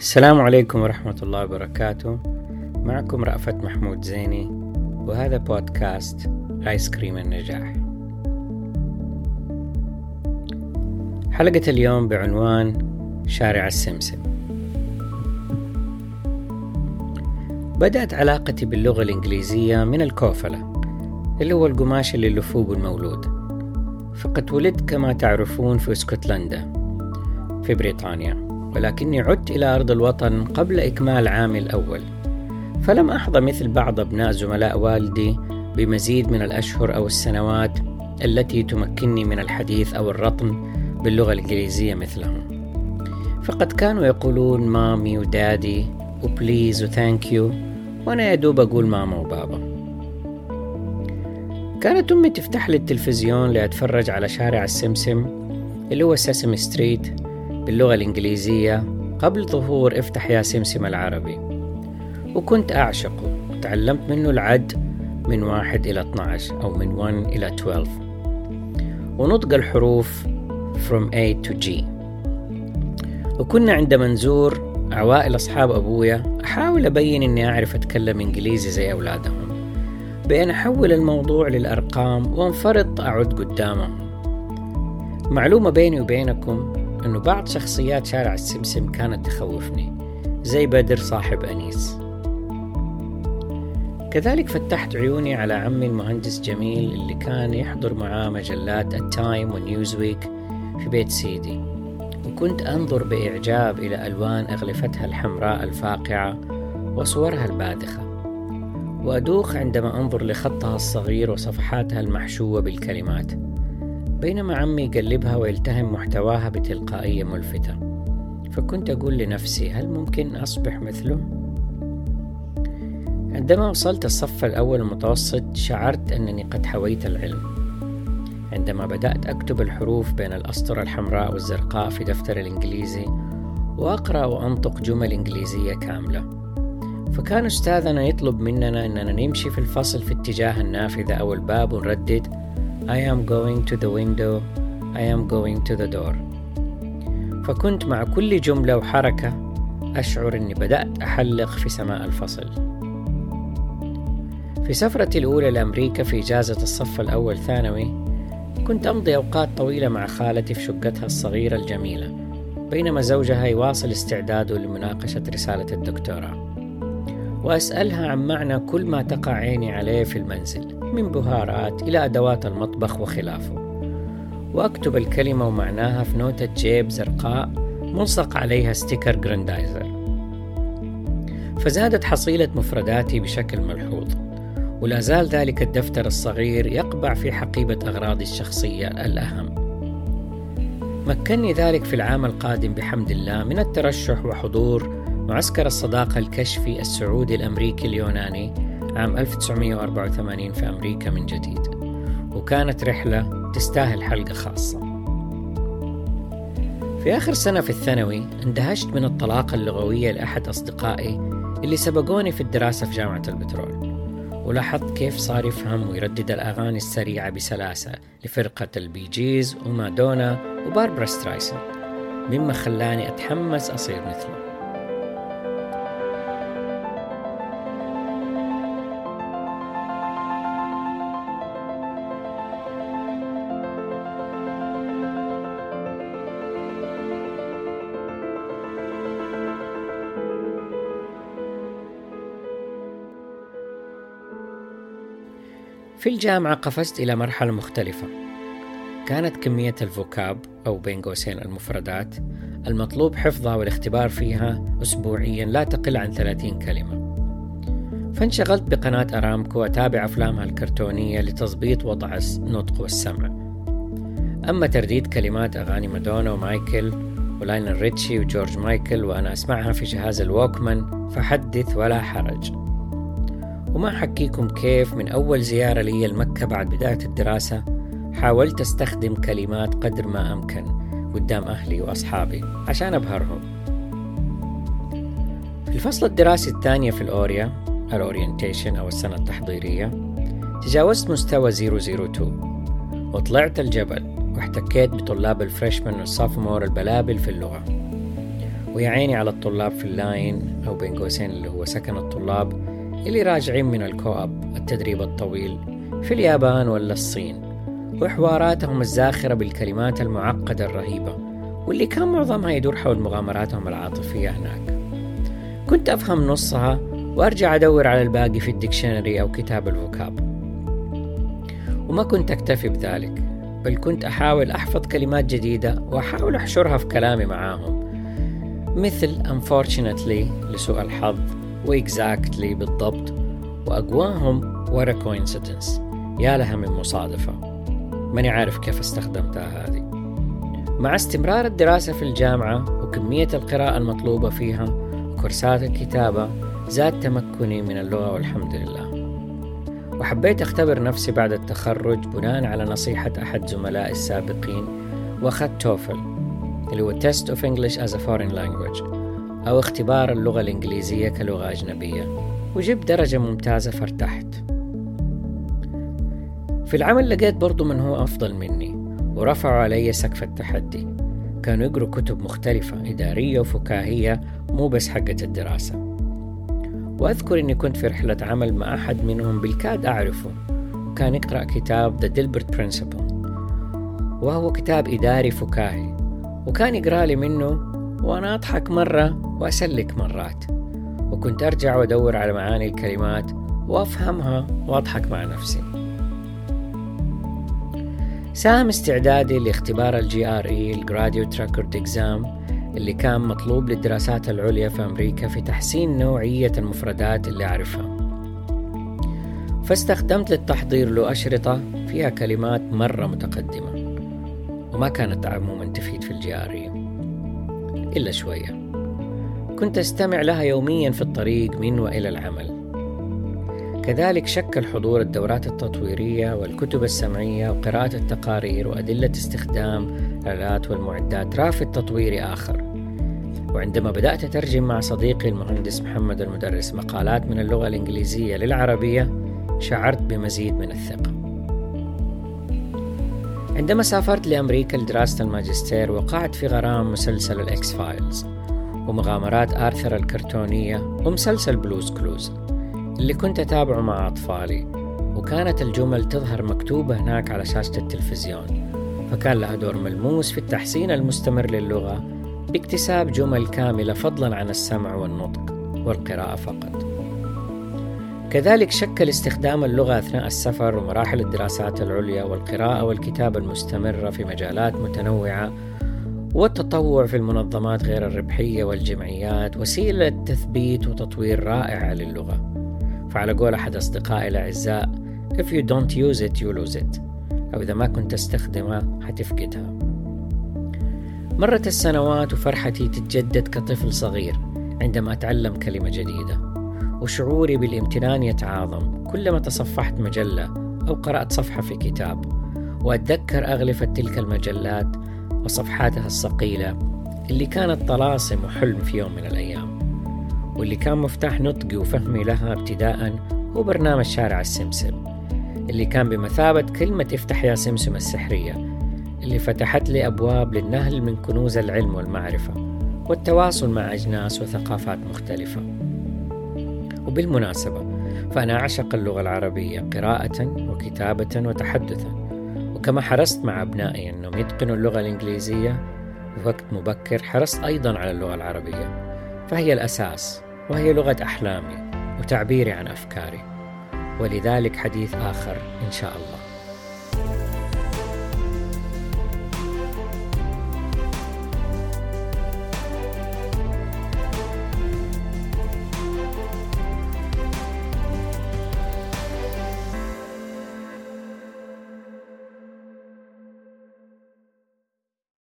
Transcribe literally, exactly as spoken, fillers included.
السلام عليكم ورحمة الله وبركاته. معكم رأفت محمود زيني، وهذا بودكاست آيس كريم النجاح. حلقة اليوم بعنوان شارع السمسم. بدأت علاقتي باللغة الإنجليزية من الكوفلة، اللي هو القماش اللي يلفوه بالمولود. فقد ولدت كما تعرفون في اسكتلندا في بريطانيا، ولكني عدت إلى أرض الوطن قبل إكمال عامي الأول، فلم أحظى مثل بعض أبناء زملاء والدي بمزيد من الأشهر أو السنوات التي تمكنني من الحديث أو الرطم باللغة الإنجليزية مثلهم. فقد كانوا يقولون مامي ودادي وبليز وثانك يو، وأنا يدوب أقول ماما وبابا. كانت أمي تفتح لي التلفزيون لأتفرج على شارع السمسم اللي هو سيسم ستريت باللغة الإنجليزية قبل ظهور افتح يا سمسم العربي، وكنت أعشقه. تعلمت منه العد من واحد إلى اثنا عشر أو من واحد إلى اثنا عشر، ونطق الحروف from A to G. وكنا عندما نزور عوائل أصحاب أبويا أحاول أبين أني أعرف أتكلم إنجليزي زي أولادهم، بأن أحول الموضوع للأرقام وانفرط أعد قدامهم. معلومة بيني وبينكم أنه بعض شخصيات شارع السمسم كانت تخوفني، زي بدر صاحب أنيس. كذلك فتحت عيوني على عمي المهندس جميل اللي كان يحضر معاه مجلات التايم ونيوزويك في بيت سيدي، وكنت أنظر بإعجاب إلى ألوان أغلفتها الحمراء الفاقعة وصورها الباذخة، وأدوخ عندما أنظر لخطها الصغير وصفحاتها المحشوة بالكلمات، بينما عمي يقلبها ويلتهم محتواها بتلقائية ملفتة. فكنت أقول لنفسي، هل ممكن أصبح مثله؟ عندما وصلت الصف الأول المتوسط شعرت أنني قد حويت العلم، عندما بدأت أكتب الحروف بين الأسطر الحمراء والزرقاء في دفتر الإنجليزي، وأقرأ وأنطق جمل إنجليزية كاملة. فكان أستاذنا يطلب مننا أننا نمشي في الفصل في اتجاه النافذة أو الباب ونردد I am going to the window, I am going to the door. فكنت مع كل جملة وحركة أشعر أني بدأت أحلق في سماء الفصل. في سفرتي الأولى لأمريكا في إجازة الصف الأول ثانوي، كنت أمضي أوقات طويلة مع خالتي في شقتها الصغيرة الجميلة، بينما زوجها يواصل استعداده لمناقشة رسالة الدكتوراه، وأسألها عن معنى كل ما تقع عيني عليه في المنزل، من بهارات إلى أدوات المطبخ وخلافه، وأكتب الكلمة ومعناها في نوتة جيب زرقاء ملصق عليها ستيكر جراندايزر. فزادت حصيلة مفرداتي بشكل ملحوظ، ولا زال ذلك الدفتر الصغير يقبع في حقيبة أغراضي الشخصية الأهم. مكنني ذلك في العام القادم بحمد الله من الترشح وحضور معسكر الصداقة الكشفي السعودي الأمريكي اليوناني عام ألف وتسعمائة وأربعة وثمانين في أمريكا من جديد، وكانت رحلة تستاهل حلقة خاصة. في آخر سنة في الثانوي اندهشت من الطلاقة اللغوية لأحد أصدقائي اللي سبقوني في الدراسة في جامعة البترول، ولاحظت كيف صار يفهم ويردد الأغاني السريعة بسلاسة لفرقة البي جيز ومادونا وباربرا سترايسن، مما خلاني أتحمس أصير مثله. في الجامعة قفزت إلى مرحلة مختلفة. كانت كمية الفوكاب أو بين قوسين المفردات المطلوب حفظها والاختبار فيها أسبوعيا لا تقل عن ثلاثين كلمة. فانشغلت بقناة أرامكو وأتابع أفلامها الكرتونية لتضبيط وضع النطق والسمع. أما ترديد كلمات أغاني مادونا ومايكل ولاينل ريتشي وجورج مايكل وأنا أسمعها في جهاز الووكمان فحدث ولا حرج. وما حكيكم كيف من أول زيارة لي المكة بعد بداية الدراسة حاولت أستخدم كلمات قدر ما أمكن قدام أهلي وأصحابي عشان أبهرهم. في الفصل الدراسي الثانية في الأوريا الأورينتيشن أو السنة التحضيرية تجاوزت مستوى صفر صفر اثنين وطلعت الجبل واحتكيت بطلاب الفريشمان والسوفمور البلابل في اللغة، ويا عيني على الطلاب في اللاين أو بين قوسين اللي هو سكن الطلاب اللي راجعين من الكواب التدريب الطويل في اليابان ولا الصين، وحواراتهم الزاخرة بالكلمات المعقدة الرهيبة واللي كان معظمها يدور حول مغامراتهم العاطفية هناك. كنت أفهم نصها وأرجع أدور على الباقي في الديكشنري أو كتاب الفوكاب. وما كنت أكتفي بذلك، بل كنت أحاول أحفظ كلمات جديدة وأحاول أحشرها في كلامي معاهم، مثل unfortunately لسوء الحظ و exactly بالضبط، وأقواهم what a coincidence، يا لها من مصادفة ماني عارف كيف استخدمتها هذه. مع استمرار الدراسة في الجامعة وكمية القراءة المطلوبة فيها وكورسات الكتابة، زاد تمكني من اللغة والحمد لله. وحبيت أختبر نفسي بعد التخرج بناء على نصيحة أحد زملائي السابقين، وأخذت توفل اللي هو Test of English as a Foreign Language، أو اختبار اللغة الإنجليزية كلغة أجنبية، وجبت درجة ممتازة فارتحت. في العمل لقيت برضو من هو أفضل مني ورفعوا علي سقف التحدي، كانوا يقروا كتب مختلفة إدارية وفكاهية مو بس حقة الدراسة. وأذكر أني كنت في رحلة عمل مع أحد منهم بالكاد أعرفه، وكان يقرأ كتاب The Dilbert Principle، وهو كتاب إداري فكاهي، وكان يقرأ لي منه وأنا أضحك مرة وأسلك مرات، وكنت أرجع وأدور على معاني الكلمات وأفهمها وأضحك مع نفسي. ساهم استعدادي لاختبار الجي آر إي الجراديويت ريكورد إكزام اللي كان مطلوب للدراسات العليا في أمريكا في تحسين نوعية المفردات اللي أعرفها، فاستخدمت للتحضير له أشرطة فيها كلمات مرة متقدمة، وما كانت عموما تفيد في الجي آر إي إلا شوية. كنت أستمع لها يوميا في الطريق من وإلى العمل. كذلك شكل حضور الدورات التطويرية والكتب السمعية وقراءة التقارير وأدلة استخدام الآلات والمعدات رافد تطويري آخر. وعندما بدأت أترجم مع صديقي المهندس محمد المدرس مقالات من اللغة الإنجليزية للعربية، شعرت بمزيد من الثقة. عندما سافرت لأمريكا لدراسة الماجستير، وقعت في غرام مسلسل الإكس فايلز ومغامرات آرثر الكرتونية ومسلسل بلوز كلوز اللي كنت أتابعه مع أطفالي، وكانت الجمل تظهر مكتوبة هناك على شاشة التلفزيون، فكان لها دور ملموس في التحسين المستمر للغة باكتساب جمل كاملة فضلا عن السمع والنطق والقراءة فقط. كذلك شكل استخدام اللغة أثناء السفر ومراحل الدراسات العليا والقراءة والكتابة المستمرة في مجالات متنوعة والتطوع في المنظمات غير الربحية والجمعيات وسيلة تثبيت وتطوير رائعة للغة. فعلى قول أحد أصدقائي الأعزاء if you don't use it you lose it، أو إذا ما كنت تستخدمها حتفقدها. مرت السنوات وفرحتي تتجدد كطفل صغير عندما أتعلم كلمة جديدة، وشعوري بالامتنان يتعاظم كلما تصفحت مجلة أو قرأت صفحة في كتاب، وأتذكر أغلفة تلك المجلات وصفحاتها الصقيلة اللي كانت طلاسم وحلم في يوم من الأيام، واللي كان مفتاح نطقي وفهمي لها ابتداء هو برنامج شارع السمسم اللي كان بمثابة كلمة افتح يا سمسم السحرية، اللي فتحت لي أبواب للنهل من كنوز العلم والمعرفة والتواصل مع أجناس وثقافات مختلفة. وبالمناسبة فأنا أعشق اللغة العربية قراءة وكتابة وتحدثا، وكما حرصت مع أبنائي أنهم يتقنوا اللغة الإنجليزية في وقت مبكر، حرصت أيضا على اللغة العربية، فهي الأساس وهي لغة أحلامي وتعبيري عن أفكاري، ولذلك حديث آخر إن شاء الله.